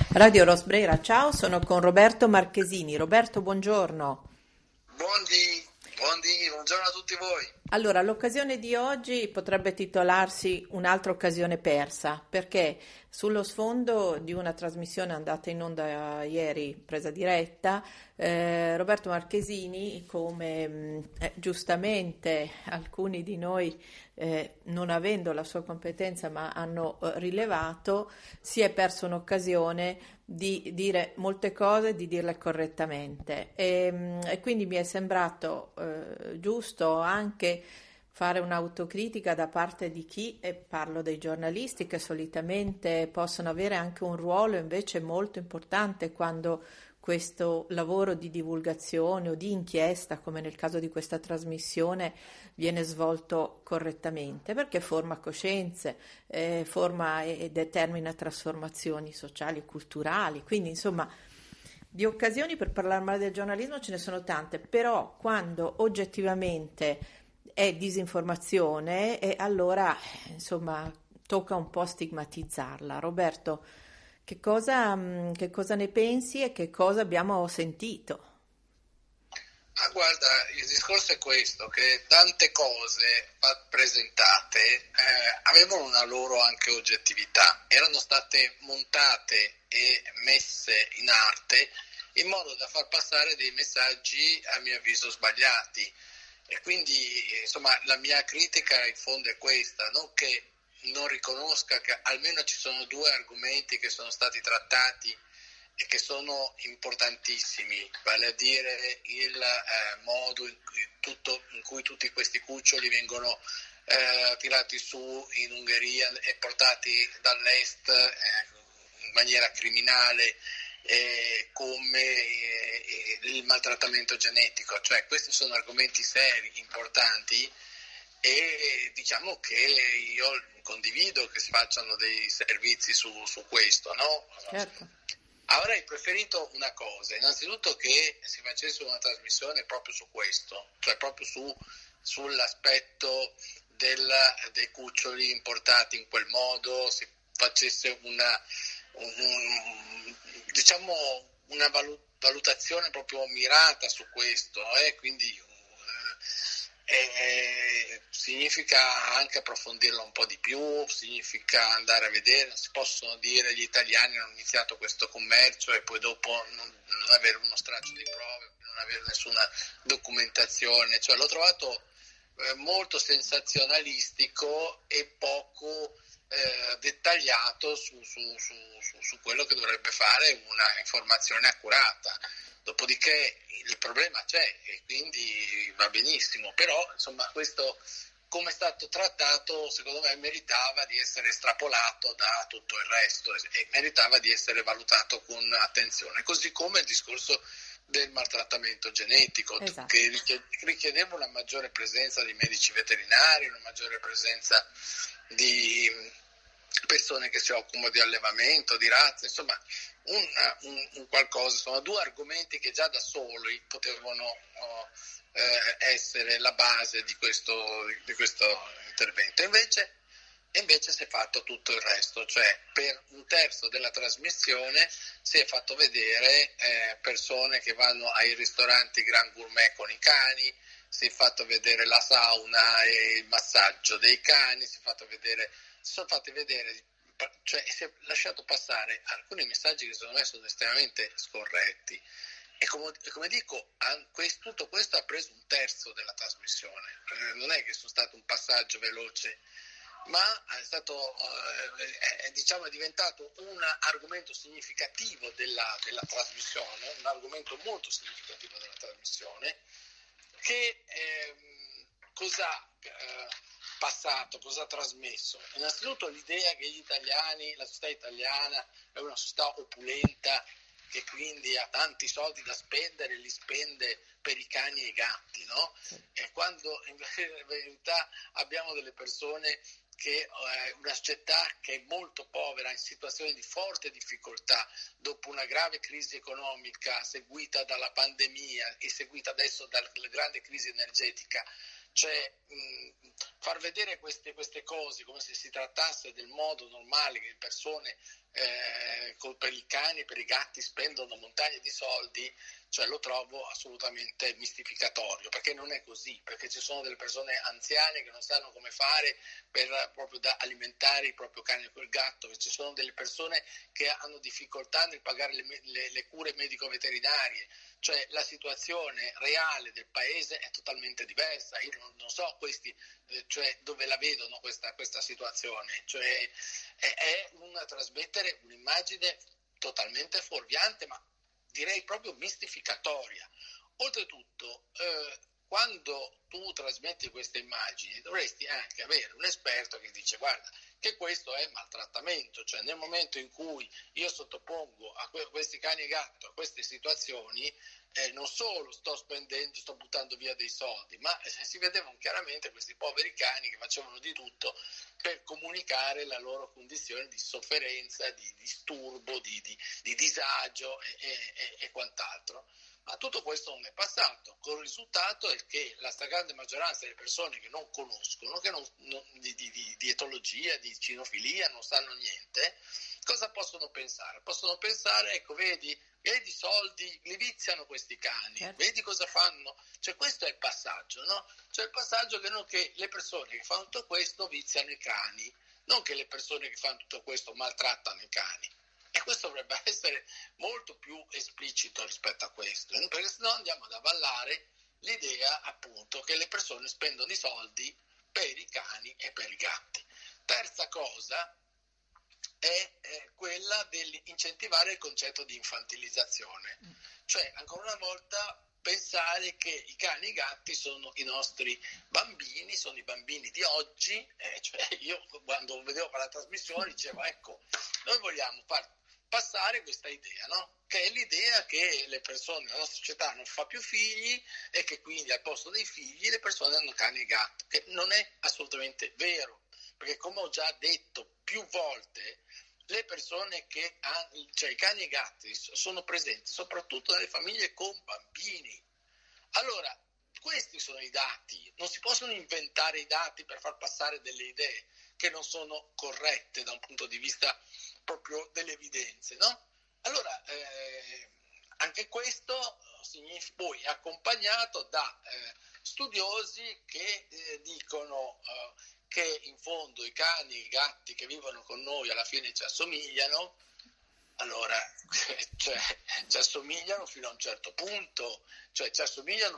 Radio Rosbrera, ciao, sono con Roberto Marchesini. Roberto, buongiorno. Buongiorno a tutti voi. Allora, l'occasione di oggi potrebbe titolarsi Un'altra occasione persa, perché sullo sfondo di una trasmissione andata in onda ieri, presa diretta, Roberto Marchesini, come giustamente alcuni di noi, non avendo la sua competenza ma hanno rilevato, si è perso un'occasione di dire molte cose, di dirle correttamente e quindi mi è sembrato giusto anche fare un'autocritica da parte di chi, e parlo dei giornalisti che solitamente possono avere anche un ruolo invece molto importante quando questo lavoro di divulgazione o di inchiesta, come nel caso di questa trasmissione, viene svolto correttamente, perché forma coscienze, forma e determina trasformazioni sociali e culturali. Quindi, insomma, di occasioni per parlare male del giornalismo ce ne sono tante, però quando oggettivamente è disinformazione, e allora, insomma, tocca un po' stigmatizzarla. Roberto, che cosa ne pensi e che cosa abbiamo sentito? Guarda, il discorso è questo, che tante cose presentate avevano una loro anche oggettività, erano state montate e messe in arte in modo da far passare dei messaggi a mio avviso sbagliati. E quindi, insomma, la mia critica in fondo è questa, non che non riconosca che almeno ci sono due argomenti che sono stati trattati e che sono importantissimi, vale a dire il modo in cui tutti questi cuccioli vengono tirati su in Ungheria e portati dall'est in maniera criminale, come il maltrattamento genetico. Cioè, questi sono argomenti seri, importanti, e diciamo che io condivido che si facciano dei servizi su questo, no? Certo. Avrei preferito una cosa, innanzitutto che si facesse una trasmissione proprio su questo, cioè proprio sull'aspetto dei cuccioli importati in quel modo, si facesse una valutazione proprio mirata su questo, quindi significa anche approfondirla un po' di più, significa andare a vedere, non si possono dire gli italiani hanno iniziato questo commercio e poi dopo non avere uno straccio di prove, non avere nessuna documentazione, cioè l'ho trovato molto sensazionalistico e poco dettagliato su quello che dovrebbe fare una informazione accurata. Dopodiché il problema c'è e quindi va benissimo, però insomma questo come è stato trattato secondo me meritava di essere estrapolato da tutto il resto e meritava di essere valutato con attenzione, così come il discorso del maltrattamento genetico, Esatto. che richiedeva una maggiore presenza di medici veterinari, una maggiore presenza di persone che si occupano di allevamento, di razze, insomma un qualcosa, sono due argomenti che già da soli potevano essere la base di questo intervento. Invece si è fatto tutto il resto, cioè per un terzo della trasmissione si è fatto vedere persone che vanno ai ristoranti Grand Gourmet con i cani, si è fatto vedere la sauna e il massaggio dei cani, si sono fatti vedere, cioè si è lasciato passare alcuni messaggi che secondo me sono estremamente scorretti. E come dico, tutto questo ha preso un terzo della trasmissione, non è che sono stato un passaggio veloce, ma è stato è diventato un argomento significativo della trasmissione, un argomento molto significativo della trasmissione, che cosa ha passato, cosa ha trasmesso? Innanzitutto l'idea che gli italiani, la società italiana è una società opulenta, che quindi ha tanti soldi da spendere, li spende per i cani e i gatti, no? E quando in verità abbiamo delle persone una società che è molto povera, in situazioni di forte difficoltà, dopo una grave crisi economica seguita dalla pandemia e seguita adesso dalla grande crisi energetica, cioè far vedere queste cose come se si trattasse del modo normale che le persone per i cani e per i gatti spendono montagne di soldi, cioè lo trovo assolutamente mistificatorio, perché non è così, perché ci sono delle persone anziane che non sanno come fare per proprio da alimentare il proprio cane o il gatto, ci sono delle persone che hanno difficoltà nel pagare le cure medico-veterinarie, cioè la situazione reale del paese è totalmente diversa. Io non so questi, cioè dove la vedono questa situazione, cioè è trasmettere un'immagine totalmente fuorviante, ma direi proprio mistificatoria. Oltretutto, quando tu trasmetti queste immagini dovresti anche avere un esperto che dice guarda che questo è maltrattamento, cioè nel momento in cui io sottopongo a questi cani e gatti a queste situazioni, non solo sto buttando via dei soldi, ma si vedevano chiaramente questi poveri cani che facevano di tutto per comunicare la loro condizione di sofferenza, di disturbo, di disagio e quant'altro. Ma tutto questo non è passato, con il risultato è che la stragrande maggioranza delle persone che non conoscono, che di etologia, di cinofilia, non sanno niente, cosa possono pensare? Possono pensare, ecco, vedi i soldi, li viziano questi cani, certo. Vedi cosa fanno? Cioè questo è il passaggio, no? Cioè il passaggio che le persone che fanno tutto questo viziano i cani, non che le persone che fanno tutto questo maltrattano i cani. E questo dovrebbe essere molto più esplicito rispetto a questo, perché sennò andiamo ad avallare l'idea appunto che le persone spendono i soldi per i cani e per i gatti. Terza cosa è quella dell'incentivare il concetto di infantilizzazione, cioè ancora una volta pensare che i cani e i gatti sono i nostri bambini, sono i bambini di oggi, cioè io quando vedevo per la trasmissione dicevo ecco, noi vogliamo far passare questa idea, no? Che è l'idea che le persone, la nostra società non fa più figli e che quindi al posto dei figli le persone hanno cani e gatti, che non è assolutamente vero, perché come ho già detto più volte, le persone che hanno, cioè i cani e i gatti sono presenti soprattutto nelle famiglie con bambini. Allora, questi sono i dati, non si possono inventare i dati per far passare delle idee che non sono corrette da un punto di vista proprio delle evidenze, no? Allora, anche questo poi è accompagnato da studiosi che dicono che in fondo i cani e i gatti che vivono con noi alla fine ci assomigliano. Allora, cioè, ci assomigliano fino a un certo punto, cioè ci assomigliano,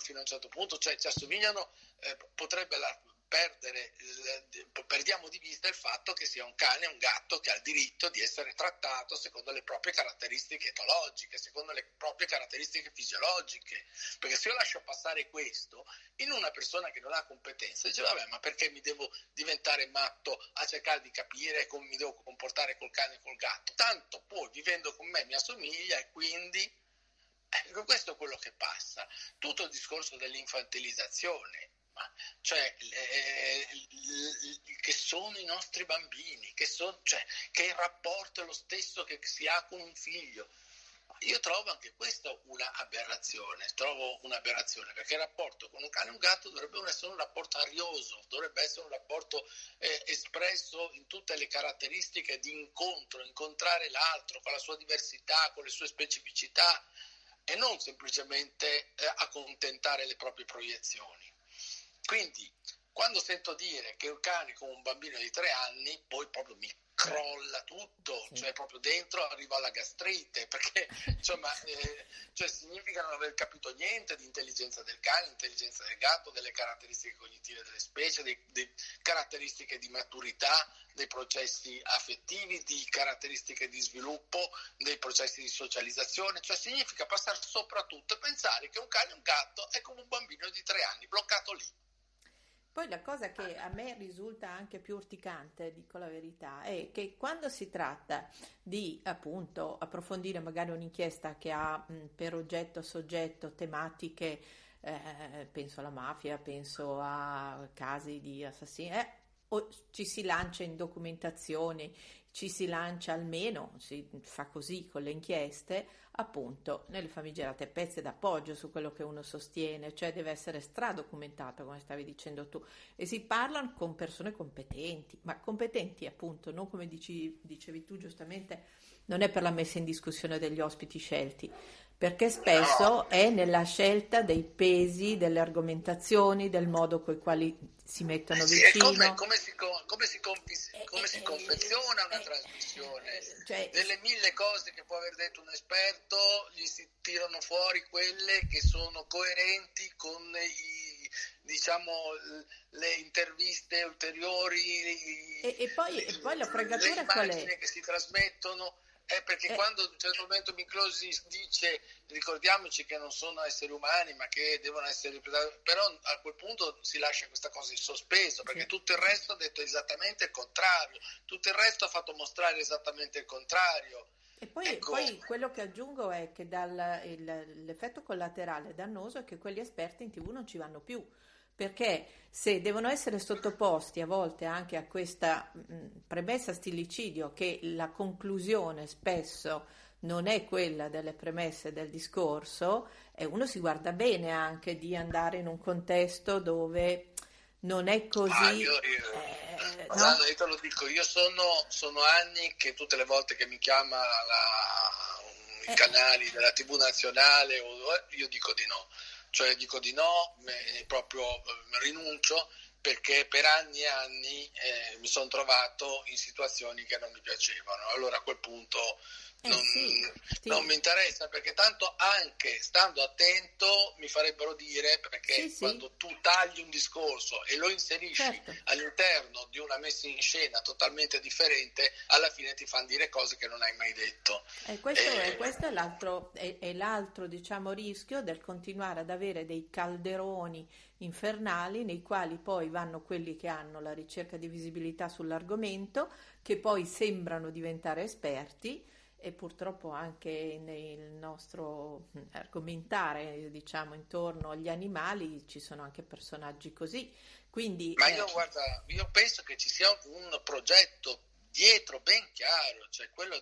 potrebbe perdiamo di vista il fatto che sia un cane e un gatto che ha il diritto di essere trattato secondo le proprie caratteristiche etologiche, secondo le proprie caratteristiche fisiologiche, perché se io lascio passare questo in una persona che non ha competenza, dice vabbè, ma perché mi devo diventare matto a cercare di capire come mi devo comportare col cane e col gatto, tanto poi vivendo con me mi assomiglia e quindi questo è quello che passa. Tutto il discorso dell'infantilizzazione, cioè che sono i nostri bambini, cioè, che il rapporto è lo stesso che si ha con un figlio. Io trovo anche questa un'aberrazione, perché il rapporto con un cane e un gatto dovrebbe essere un rapporto arioso, dovrebbe essere un rapporto espresso in tutte le caratteristiche di incontrare l'altro con la sua diversità, con le sue specificità e non semplicemente accontentare le proprie proiezioni. Quindi, quando sento dire che un cane con un bambino di 3 anni, poi proprio mi crolla tutto, sì. Cioè proprio dentro arriva alla gastrite, perché insomma, cioè significa non aver capito niente di intelligenza del cane, intelligenza del gatto, delle caratteristiche cognitive delle specie, di caratteristiche di maturità, dei processi affettivi, di caratteristiche di sviluppo, dei processi di socializzazione, cioè significa passare soprattutto a pensare che un cane e un gatto è come un bambino di 3 anni, bloccato lì. Poi la cosa che a me risulta anche più urticante, dico la verità, è che quando si tratta di appunto approfondire magari un'inchiesta che ha per oggetto, soggetto, tematiche, penso alla mafia, penso a casi di assassini, o ci si lancia in documentazione, ci si lancia almeno, si fa così con le inchieste, appunto nelle famigerate pezze d'appoggio su quello che uno sostiene, cioè deve essere stradocumentato, come stavi dicendo tu, e si parlano con persone competenti, ma competenti appunto, non come dicevi tu giustamente non è per la messa in discussione degli ospiti scelti, perché No. spesso è nella scelta dei pesi, delle argomentazioni, del modo con i quali si mettono Sì, è vicino. come si confeziona una trasmissione. Cioè, Delle mille cose che può aver detto un esperto, gli si tirano fuori quelle che sono coerenti con diciamo, le interviste ulteriori, e poi la le fregatura qual è? immagini che si trasmettono. È perché Eh, quando a un certo momento Miclosi dice ricordiamoci che non sono esseri umani ma che devono essere, però a quel punto si lascia questa cosa in sospeso, perché sì. tutto il resto ha detto esattamente il contrario, tutto il resto ha fatto mostrare esattamente il contrario. E poi, Ecco, poi quello che aggiungo è che l'effetto collaterale dannoso è che quegli esperti in TV non ci vanno più, perché se devono essere sottoposti a volte anche a questa premessa stillicidio, che la conclusione spesso non è quella delle premesse del discorso, uno si guarda bene anche di andare in un contesto dove non è ah, così, Guarda, no? io te lo dico, sono anni che tutte le volte che mi chiama i Eh, canali della TV nazionale, io dico di no, cioè dico di no, proprio rinuncio, perché per anni e anni mi sono trovato in situazioni che non mi piacevano. Allora a quel punto non, sì, non sì, mi interessa, perché tanto anche stando attento mi farebbero dire, sì, perché sì, quando tu tagli un discorso e lo inserisci certo. all'interno di una messa in scena totalmente differente, alla fine ti fanno dire cose che non hai mai detto. E questo è l'altro, diciamo, rischio del continuare ad avere dei calderoni infernali nei quali poi vanno quelli che hanno la ricerca di visibilità sull'argomento, che poi sembrano diventare esperti e purtroppo anche nel nostro argomentare, diciamo, intorno agli animali ci sono anche personaggi così. Quindi, Ma io penso che ci sia un progetto dietro ben chiaro, cioè quello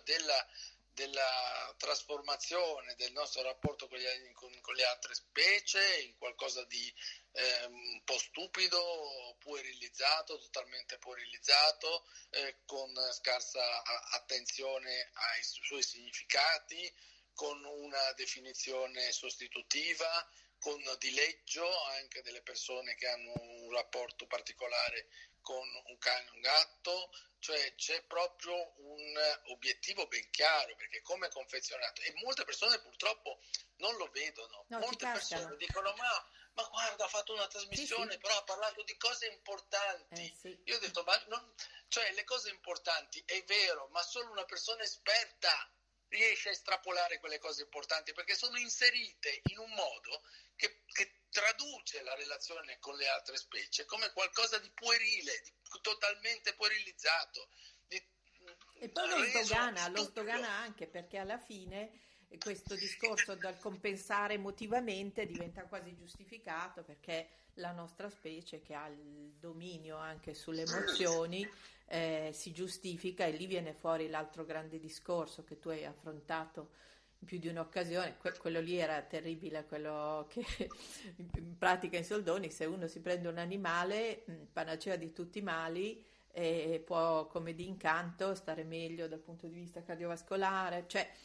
della trasformazione del nostro rapporto con le altre specie in qualcosa di un po' stupido, puerilizzato, totalmente puerilizzato, con scarsa attenzione ai suoi significati, con una definizione sostitutiva, con dileggio anche delle persone che hanno un rapporto particolare con un cane e un gatto, cioè c'è proprio un obiettivo ben chiaro, perché come è confezionato, e molte persone purtroppo non lo vedono, no, ci molte cascano. persone dicono ma guarda, ha fatto una Sì, trasmissione, sì, però ha parlato di cose importanti. sì. Io ho detto, ma non, cioè le cose importanti è vero, ma solo una persona esperta riesce a estrapolare quelle cose importanti, perché sono inserite in un modo che traduce la relazione con le altre specie come qualcosa di puerile, di totalmente puerilizzato, di E poi reso lo stupido. sdogana anche perché alla fine questo discorso dal compensare emotivamente diventa quasi giustificato perché la nostra specie che ha il dominio anche sulle emozioni si giustifica e lì viene fuori l'altro grande discorso che tu hai affrontato in più di un'occasione, quello lì era terribile, quello che in pratica in soldoni se uno si prende un animale, panacea di tutti i mali e può come d'incanto stare meglio dal punto di vista cardiovascolare,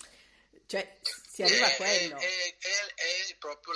cioè si arriva a quello. È proprio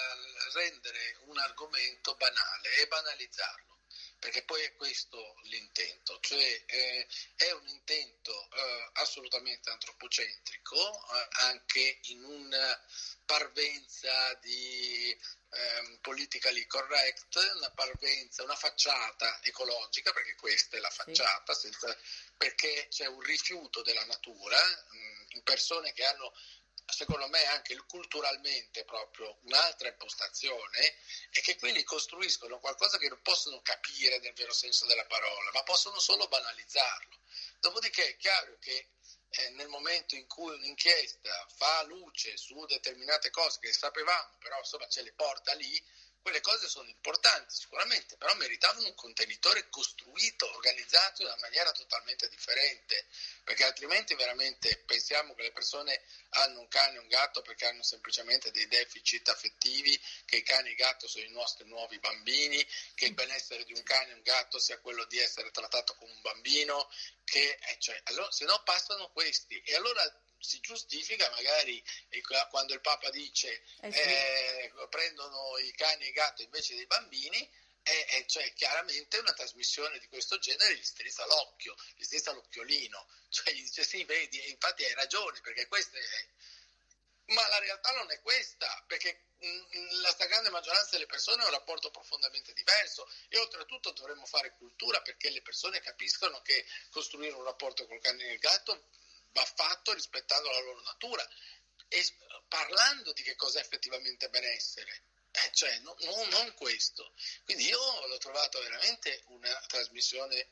rendere un argomento banale e banalizzarlo, perché poi è questo l'intento, cioè è un intento assolutamente antropocentrico, anche in una parvenza di politically correct, una parvenza, una facciata ecologica, perché questa è la Sì. facciata, perché c'è un rifiuto della natura in persone che hanno, secondo me, anche culturalmente proprio un'altra impostazione, e che quindi costruiscono qualcosa che non possono capire nel vero senso della parola, ma possono solo banalizzarlo. Dopodiché è chiaro che nel momento in cui un'inchiesta fa luce su determinate cose che sapevamo, però insomma ce le porta lì, quelle cose sono importanti sicuramente, però meritavano un contenitore costruito, organizzato in una maniera totalmente differente, perché altrimenti veramente pensiamo che le persone hanno un cane e un gatto perché hanno semplicemente dei deficit affettivi, che i cani e i gatti sono i nostri nuovi bambini, che il benessere di un cane e un gatto sia quello di essere trattato come un bambino, che allora, se no passano questi, e allora si giustifica magari quando il Papa dice prendono i cani e i gatti invece dei bambini, cioè chiaramente una trasmissione di questo genere gli strizza l'occhio, gli strizza l'occhiolino, cioè gli dice sì, vedi, infatti hai ragione, perché questo è... Ma la realtà non è questa, perché la stragrande maggioranza delle persone ha un rapporto profondamente diverso, e oltretutto dovremmo fare cultura perché le persone capiscano che costruire un rapporto col cane e il gatto va fatto rispettando la loro natura e parlando di che cos'è effettivamente benessere, non questo. Quindi io l'ho trovato veramente una trasmissione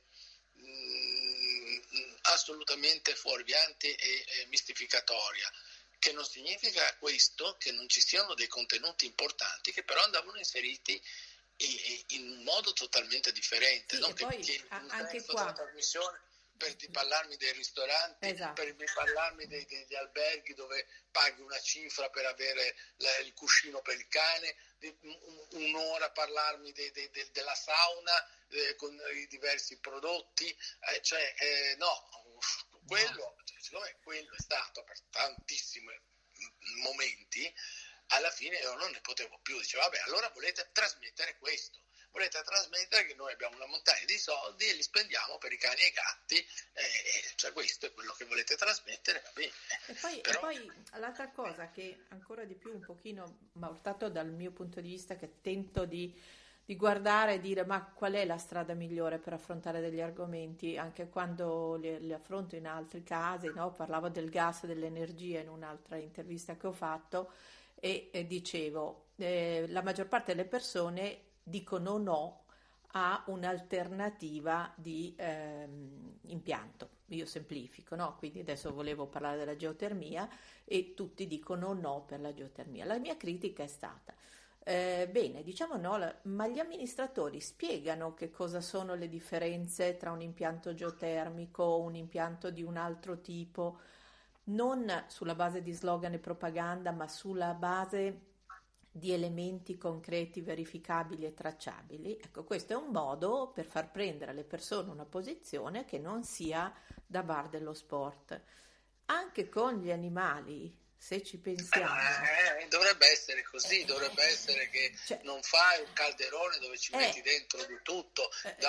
assolutamente fuorviante e mistificatoria, che non significa questo che non ci siano dei contenuti importanti che però andavano inseriti in un modo totalmente differente, sì, non e che poi anche qua della trasmissione per parlarmi dei ristoranti, esatto. per parlarmi degli alberghi dove paghi una cifra per avere il cuscino per il cane, un'ora parlarmi della sauna con i diversi prodotti, quello, siccome quello è stato per tantissimi momenti, alla fine io non ne potevo più, dicevo vabbè, allora volete trasmettere questo, volete trasmettere che noi abbiamo una montagna di soldi e li spendiamo per i cani e i gatti, questo è quello che volete trasmettere, va bene. E poi l'altra cosa che ancora di più un pochino mi ha urtato dal mio punto di vista, che tento di guardare e dire ma qual è la strada migliore per affrontare degli argomenti, anche quando li affronto in altri casi, no? Parlavo del gas e dell'energia in un'altra intervista che ho fatto e dicevo, la maggior parte delle persone dicono no a un'alternativa di impianto. Io semplifico, no? Quindi adesso volevo parlare della geotermia e tutti dicono no per la geotermia. La mia critica è stata, bene, diciamo no, ma gli amministratori spiegano che cosa sono le differenze tra un impianto geotermico, un impianto di un altro tipo, non sulla base di slogan e propaganda, ma sulla base di elementi concreti, verificabili e tracciabili. Ecco, questo è un modo per far prendere alle persone una posizione che non sia da bar dello sport. Anche con gli animali, se ci pensiamo. Dovrebbe essere così, dovrebbe essere che non fai un calderone dove ci metti dentro di tutto,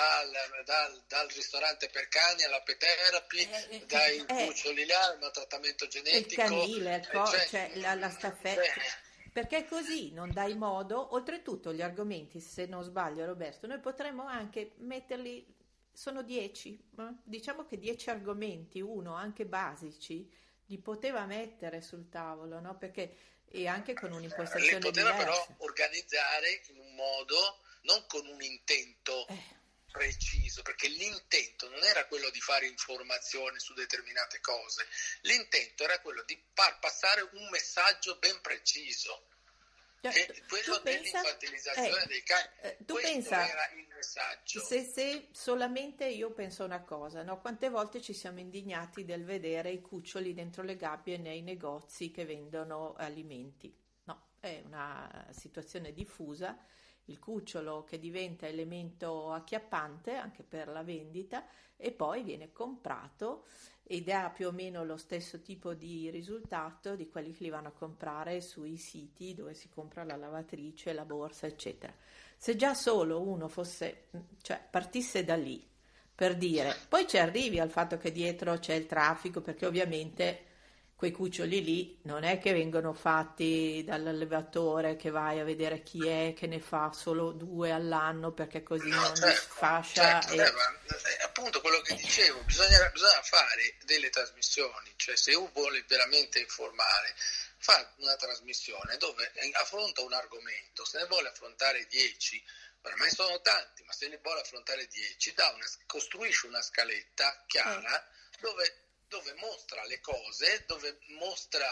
dal ristorante per cani alla pet therapy, dai cuccioli là, al maltrattamento genetico, il canile, la staffetta. Perché così non dai modo, oltretutto gli argomenti, se non sbaglio Roberto, noi potremmo anche metterli, sono 10, diciamo che 10 argomenti, uno anche basici, li poteva mettere sul tavolo, no? Perché e anche con un'impostazione li poteva diversa. Però organizzare in un modo, non con un intento preciso, perché l'intento non era quello di fare informazione su determinate cose, l'intento era quello di far passare un messaggio ben preciso. Quello dell'infantilizzazione dei cani, questo era il messaggio. Se solamente io penso una cosa, no? Quante volte ci siamo indignati del vedere i cuccioli dentro le gabbie nei negozi che vendono alimenti? No, è una situazione diffusa, il cucciolo che diventa elemento acchiappante anche per la vendita e poi viene comprato ed ha più o meno lo stesso tipo di risultato di quelli che li vanno a comprare sui siti dove si compra la lavatrice, la borsa, eccetera. Se già solo uno partisse da lì per dire, poi ci arrivi al fatto che dietro c'è il traffico, perché ovviamente quei cuccioli lì non è che vengono fatti dall'allevatore che vai a vedere chi è, che ne fa solo 2 all'anno perché così non disfascia. Appunto quello che dicevo, bisogna fare delle trasmissioni, cioè se uno vuole veramente informare, fa una trasmissione dove affronta un argomento, se ne vuole affrontare 10, per me sono tanti, ma se ne vuole affrontare 10, costruisce una scaletta chiara dove mostra le cose, dove mostra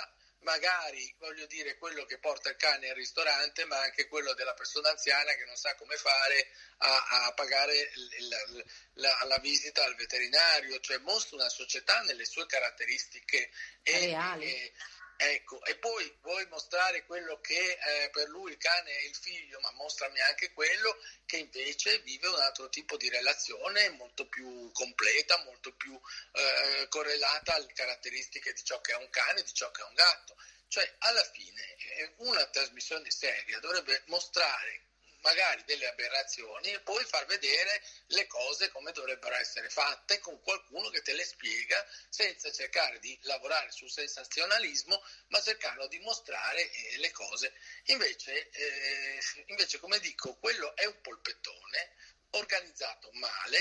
magari, voglio dire, quello che porta il cane al ristorante, ma anche quello della persona anziana che non sa come fare a pagare la visita al veterinario, cioè mostra una società nelle sue caratteristiche reali. Ecco, e poi vuoi mostrare quello che per lui il cane è il figlio, ma mostrami anche quello che invece vive un altro tipo di relazione molto più completa, molto più correlata alle caratteristiche di ciò che è un cane, di ciò che è un gatto. Cioè, alla fine, una trasmissione seria dovrebbe mostrare magari delle aberrazioni e poi far vedere le cose come dovrebbero essere fatte con qualcuno che te le spiega senza cercare di lavorare sul sensazionalismo, ma cercando di mostrare le cose. Invece, come dico, quello è un polpettone organizzato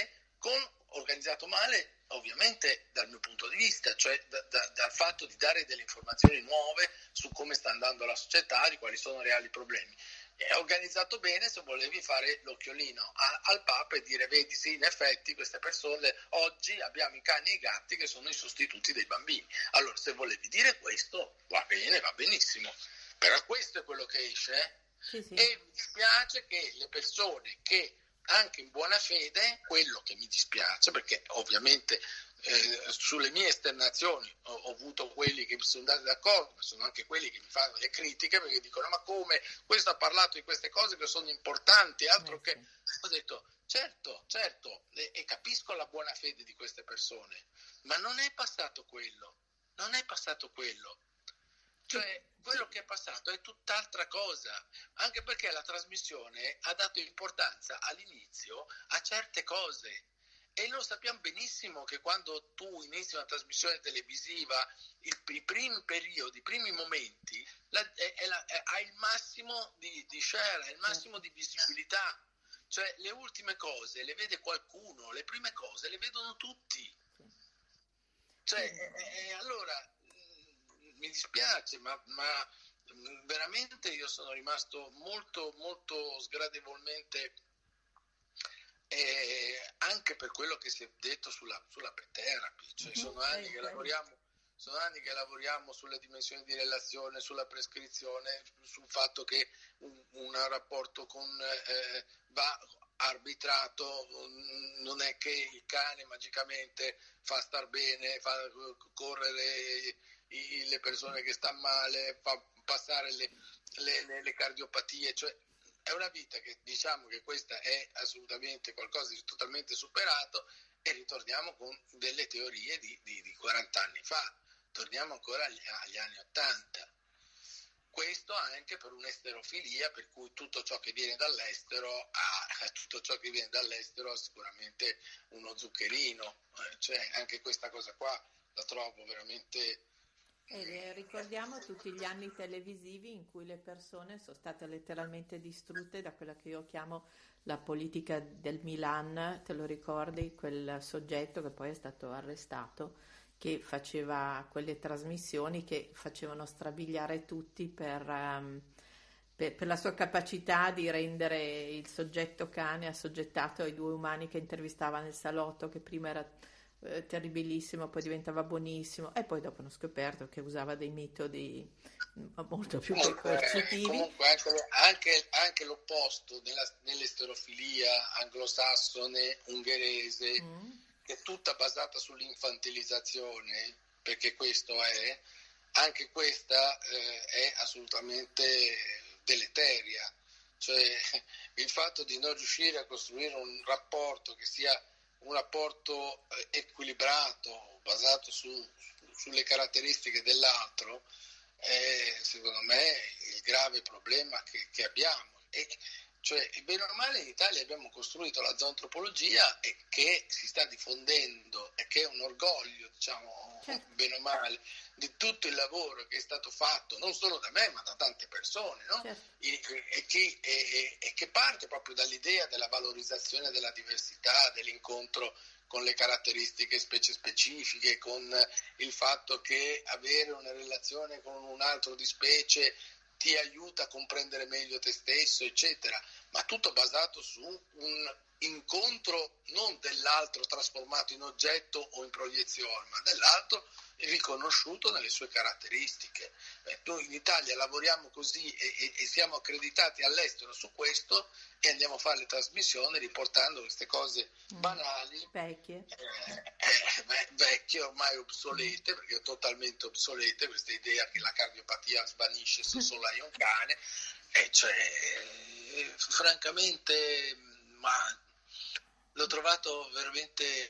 male ovviamente dal mio punto di vista, cioè dal fatto di dare delle informazioni nuove su come sta andando la società, di quali sono i reali problemi. È organizzato bene se volevi fare l'occhiolino al Papa e dire vedi sì, in effetti queste persone oggi abbiamo i cani e i gatti che sono i sostituti dei bambini. Allora se volevi dire questo va bene, va benissimo, però questo è quello che esce. Sì, sì. E mi dispiace che le persone che anche in buona fede, quello che mi dispiace perché ovviamente sulle mie esternazioni ho avuto quelli che mi sono andati d'accordo, ma sono anche quelli che mi fanno le critiche perché dicono ma come questo ha parlato di queste cose che sono importanti, altro che... Ho detto certo, e capisco la buona fede di queste persone, ma non è passato quello. Cioè, quello che è passato è tutt'altra cosa, anche perché la trasmissione ha dato importanza all'inizio a certe cose. E lo sappiamo benissimo che quando tu inizi una trasmissione televisiva, i primi periodi, i primi momenti, ha il massimo di share, ha il massimo di visibilità. Cioè le ultime cose le vede qualcuno, le prime cose le vedono tutti. Cioè, allora mi dispiace, ma veramente io sono rimasto molto, molto sgradevolmente... anche per quello che si è detto sulla pet therapy, cioè sono anni che lavoriamo sulle dimensioni di relazione, sulla prescrizione, sul fatto che un rapporto va arbitrato, non è che il cane magicamente fa star bene, fa correre le persone che stanno male, fa passare le cardiopatie, cioè è una vita che diciamo che questa è assolutamente qualcosa di totalmente superato e ritorniamo con delle teorie di 40 anni fa, torniamo ancora agli anni 80. Questo anche per un'esterofilia, per cui tutto ciò che viene dall'estero ha sicuramente uno zuccherino, cioè anche questa cosa qua la trovo veramente... E ricordiamo tutti gli anni televisivi in cui le persone sono state letteralmente distrutte da quella che io chiamo la politica del Milan, te lo ricordi? Quel soggetto che poi è stato arrestato, che faceva quelle trasmissioni che facevano strabiliare tutti per la sua capacità di rendere il soggetto cane assoggettato ai due umani che intervistava nel salotto, che prima era terribilissimo, poi diventava buonissimo e poi dopo hanno scoperto che usava dei metodi molto più coercitivi. Comunque anche l'opposto nell'esterofilia anglosassone, ungherese, che è tutta basata sull'infantilizzazione, perché questo è, anche questa è assolutamente deleteria. Cioè il fatto di non riuscire a costruire un rapporto che sia un rapporto equilibrato, basato sulle caratteristiche dell'altro, è secondo me il grave problema che abbiamo. Cioè, bene o male in Italia abbiamo costruito la zoantropologia che si sta diffondendo e che è un orgoglio, diciamo, bene o male, di tutto il lavoro che è stato fatto, non solo da me, ma da tante persone, no? E che parte proprio dall'idea della valorizzazione della diversità, dell'incontro con le caratteristiche specie specifiche, con il fatto che avere una relazione con un altro di specie ti aiuta a comprendere meglio te stesso, eccetera, ma tutto basato su un incontro non dell'altro trasformato in oggetto o in proiezione, ma dell'altro riconosciuto nelle sue caratteristiche. noi in Italia lavoriamo così e siamo accreditati all'estero su questo e andiamo a fare le trasmissioni riportando queste cose banali, vecchie, vecchie, ormai obsolete, perché totalmente obsolete, questa idea che la cardiopatia svanisce se solo hai un cane, francamente, ma l'ho trovato veramente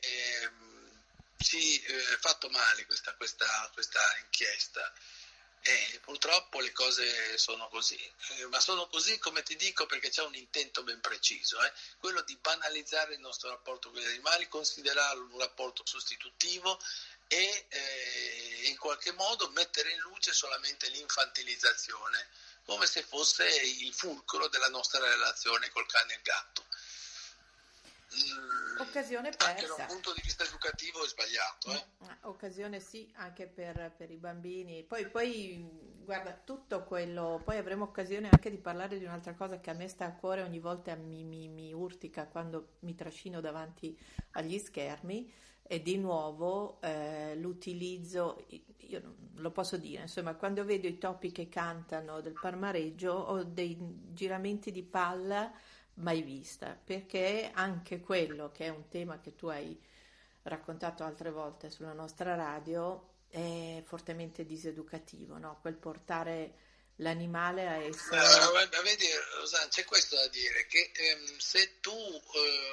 fatto male questa inchiesta. Purtroppo le cose sono così, ma sono così, come ti dico, perché c'è un intento ben preciso, quello di banalizzare il nostro rapporto con gli animali, considerarlo un rapporto sostitutivo e in qualche modo mettere in luce solamente l'infantilizzazione, come se fosse il fulcro della nostra relazione col cane e il gatto. Occasione persa. Anche da un punto di vista educativo è sbagliato. Occasione sì, anche per i bambini. Poi guarda, tutto quello, poi avremo occasione anche di parlare di un'altra cosa che a me sta a cuore, ogni volta mi urtica quando mi trascino davanti agli schermi, e di nuovo l'utilizzo, io non lo posso dire, insomma, quando vedo i topi che cantano del Parmareggio o dei giramenti di palla mai vista, perché anche quello, che è un tema che tu hai raccontato altre volte sulla nostra radio, è fortemente diseducativo, no? Quel portare l'animale a essere... Vedi, Rosanna, c'è questo da dire, che se tu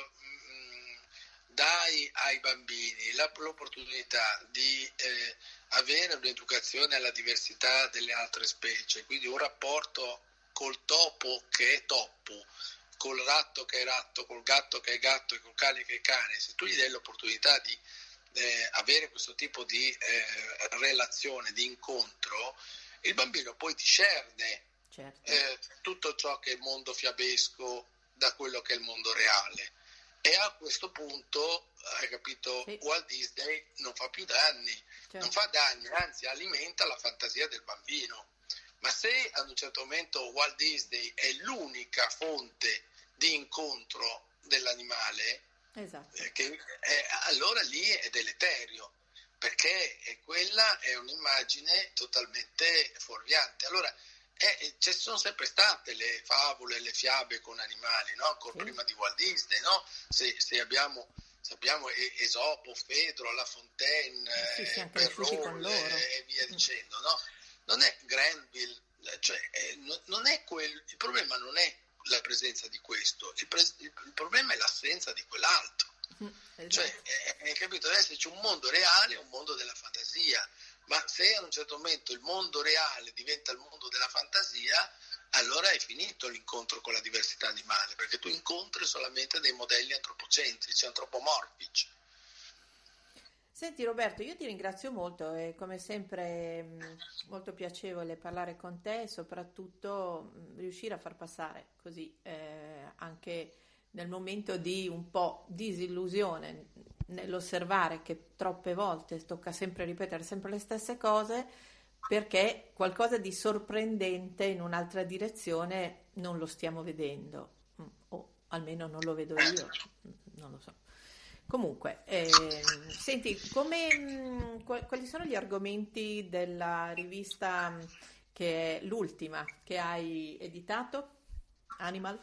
dai ai bambini l'opportunità di avere un'educazione alla diversità delle altre specie, quindi un rapporto col topo che è topo, col ratto che è ratto, col gatto che è gatto e col cane che è cane, se tu gli dai l'opportunità di avere questo tipo di relazione, di incontro, il bambino poi discerne tutto ciò che è il mondo fiabesco da quello che è il mondo reale, e a questo punto, hai capito, sì. Walt Disney non fa più danni, non fa danni, anzi alimenta la fantasia del bambino. Ma se ad un certo momento Walt Disney è l'unica fonte di incontro dell'animale, esatto. Allora lì è deleterio, perché quella è un'immagine totalmente fuorviante. Allora ci sono sempre state le favole, le fiabe con animali, no? Ancora prima di Walt Disney, no? Se sappiamo Esopo, Fedro, La Fontaine, Perrault e via dicendo, no? Non è Granville, cioè non è il problema non è la presenza di questo, il problema è l'assenza di quell'altro. Esatto. Cioè, hai capito? Deve esserci un mondo reale e un mondo della fantasia, ma se a un certo momento il mondo reale diventa il mondo della fantasia, allora è finito l'incontro con la diversità animale, perché tu incontri solamente dei modelli antropocentrici, antropomorfici. Senti Roberto, io ti ringrazio molto, è come sempre molto piacevole parlare con te e soprattutto riuscire a far passare così anche nel momento di un po' disillusione nell'osservare che troppe volte tocca sempre ripetere sempre le stesse cose, perché qualcosa di sorprendente in un'altra direzione non lo stiamo vedendo, o almeno non lo vedo io, non lo so. Comunque, senti, quali sono gli argomenti della rivista che è l'ultima che hai editato? Animal?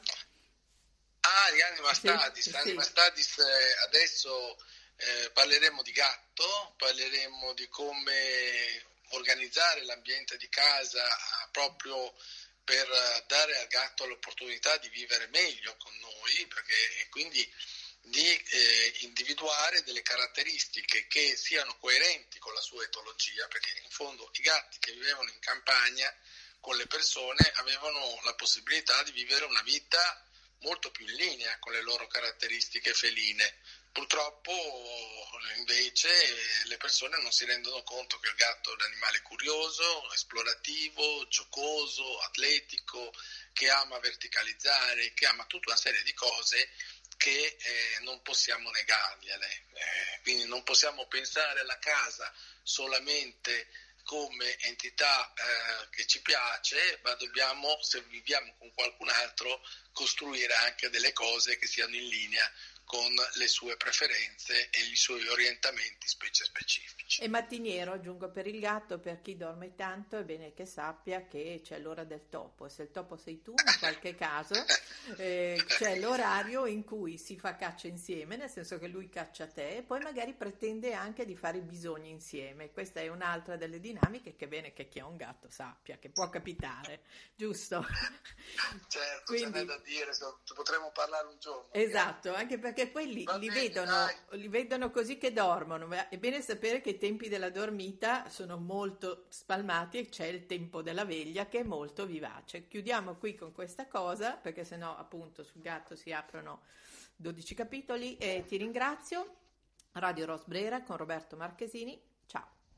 Di Animal Studies. Sì. Animal Studies, adesso parleremo di gatto, parleremo di come organizzare l'ambiente di casa proprio per dare al gatto l'opportunità di vivere meglio con noi, perché quindi di individuare delle caratteristiche che siano coerenti con la sua etologia, perché in fondo i gatti che vivevano in campagna con le persone avevano la possibilità di vivere una vita molto più in linea con le loro caratteristiche feline. Purtroppo invece le persone non si rendono conto che il gatto è un animale curioso, esplorativo, giocoso, atletico, che ama verticalizzare, che ama tutta una serie di cose che non possiamo negargliele. Quindi non possiamo pensare alla casa solamente come entità che ci piace, ma dobbiamo, se viviamo con qualcun altro, costruire anche delle cose che siano in linea con le sue preferenze e i suoi orientamenti specifici. E mattiniero, aggiungo per il gatto, per chi dorme tanto è bene che sappia che c'è l'ora del topo, e se il topo sei tu in qualche caso c'è l'orario in cui si fa caccia insieme, nel senso che lui caccia te e poi magari pretende anche di fare i bisogni insieme. Questa è un'altra delle dinamiche che è bene che chi ha un gatto sappia, che può capitare, giusto? Certo, Quindi, ce n'è da dire, potremmo parlare un giorno. esatto, anche perché poi li vedono così che dormono, ma è bene sapere che i tempi della dormita sono molto spalmati e c'è il tempo della veglia che è molto vivace. Chiudiamo qui con questa cosa, perché sennò appunto sul gatto si aprono 12 capitoli e ti ringrazio. Radio Rosbrera con Roberto Marchesini, ciao.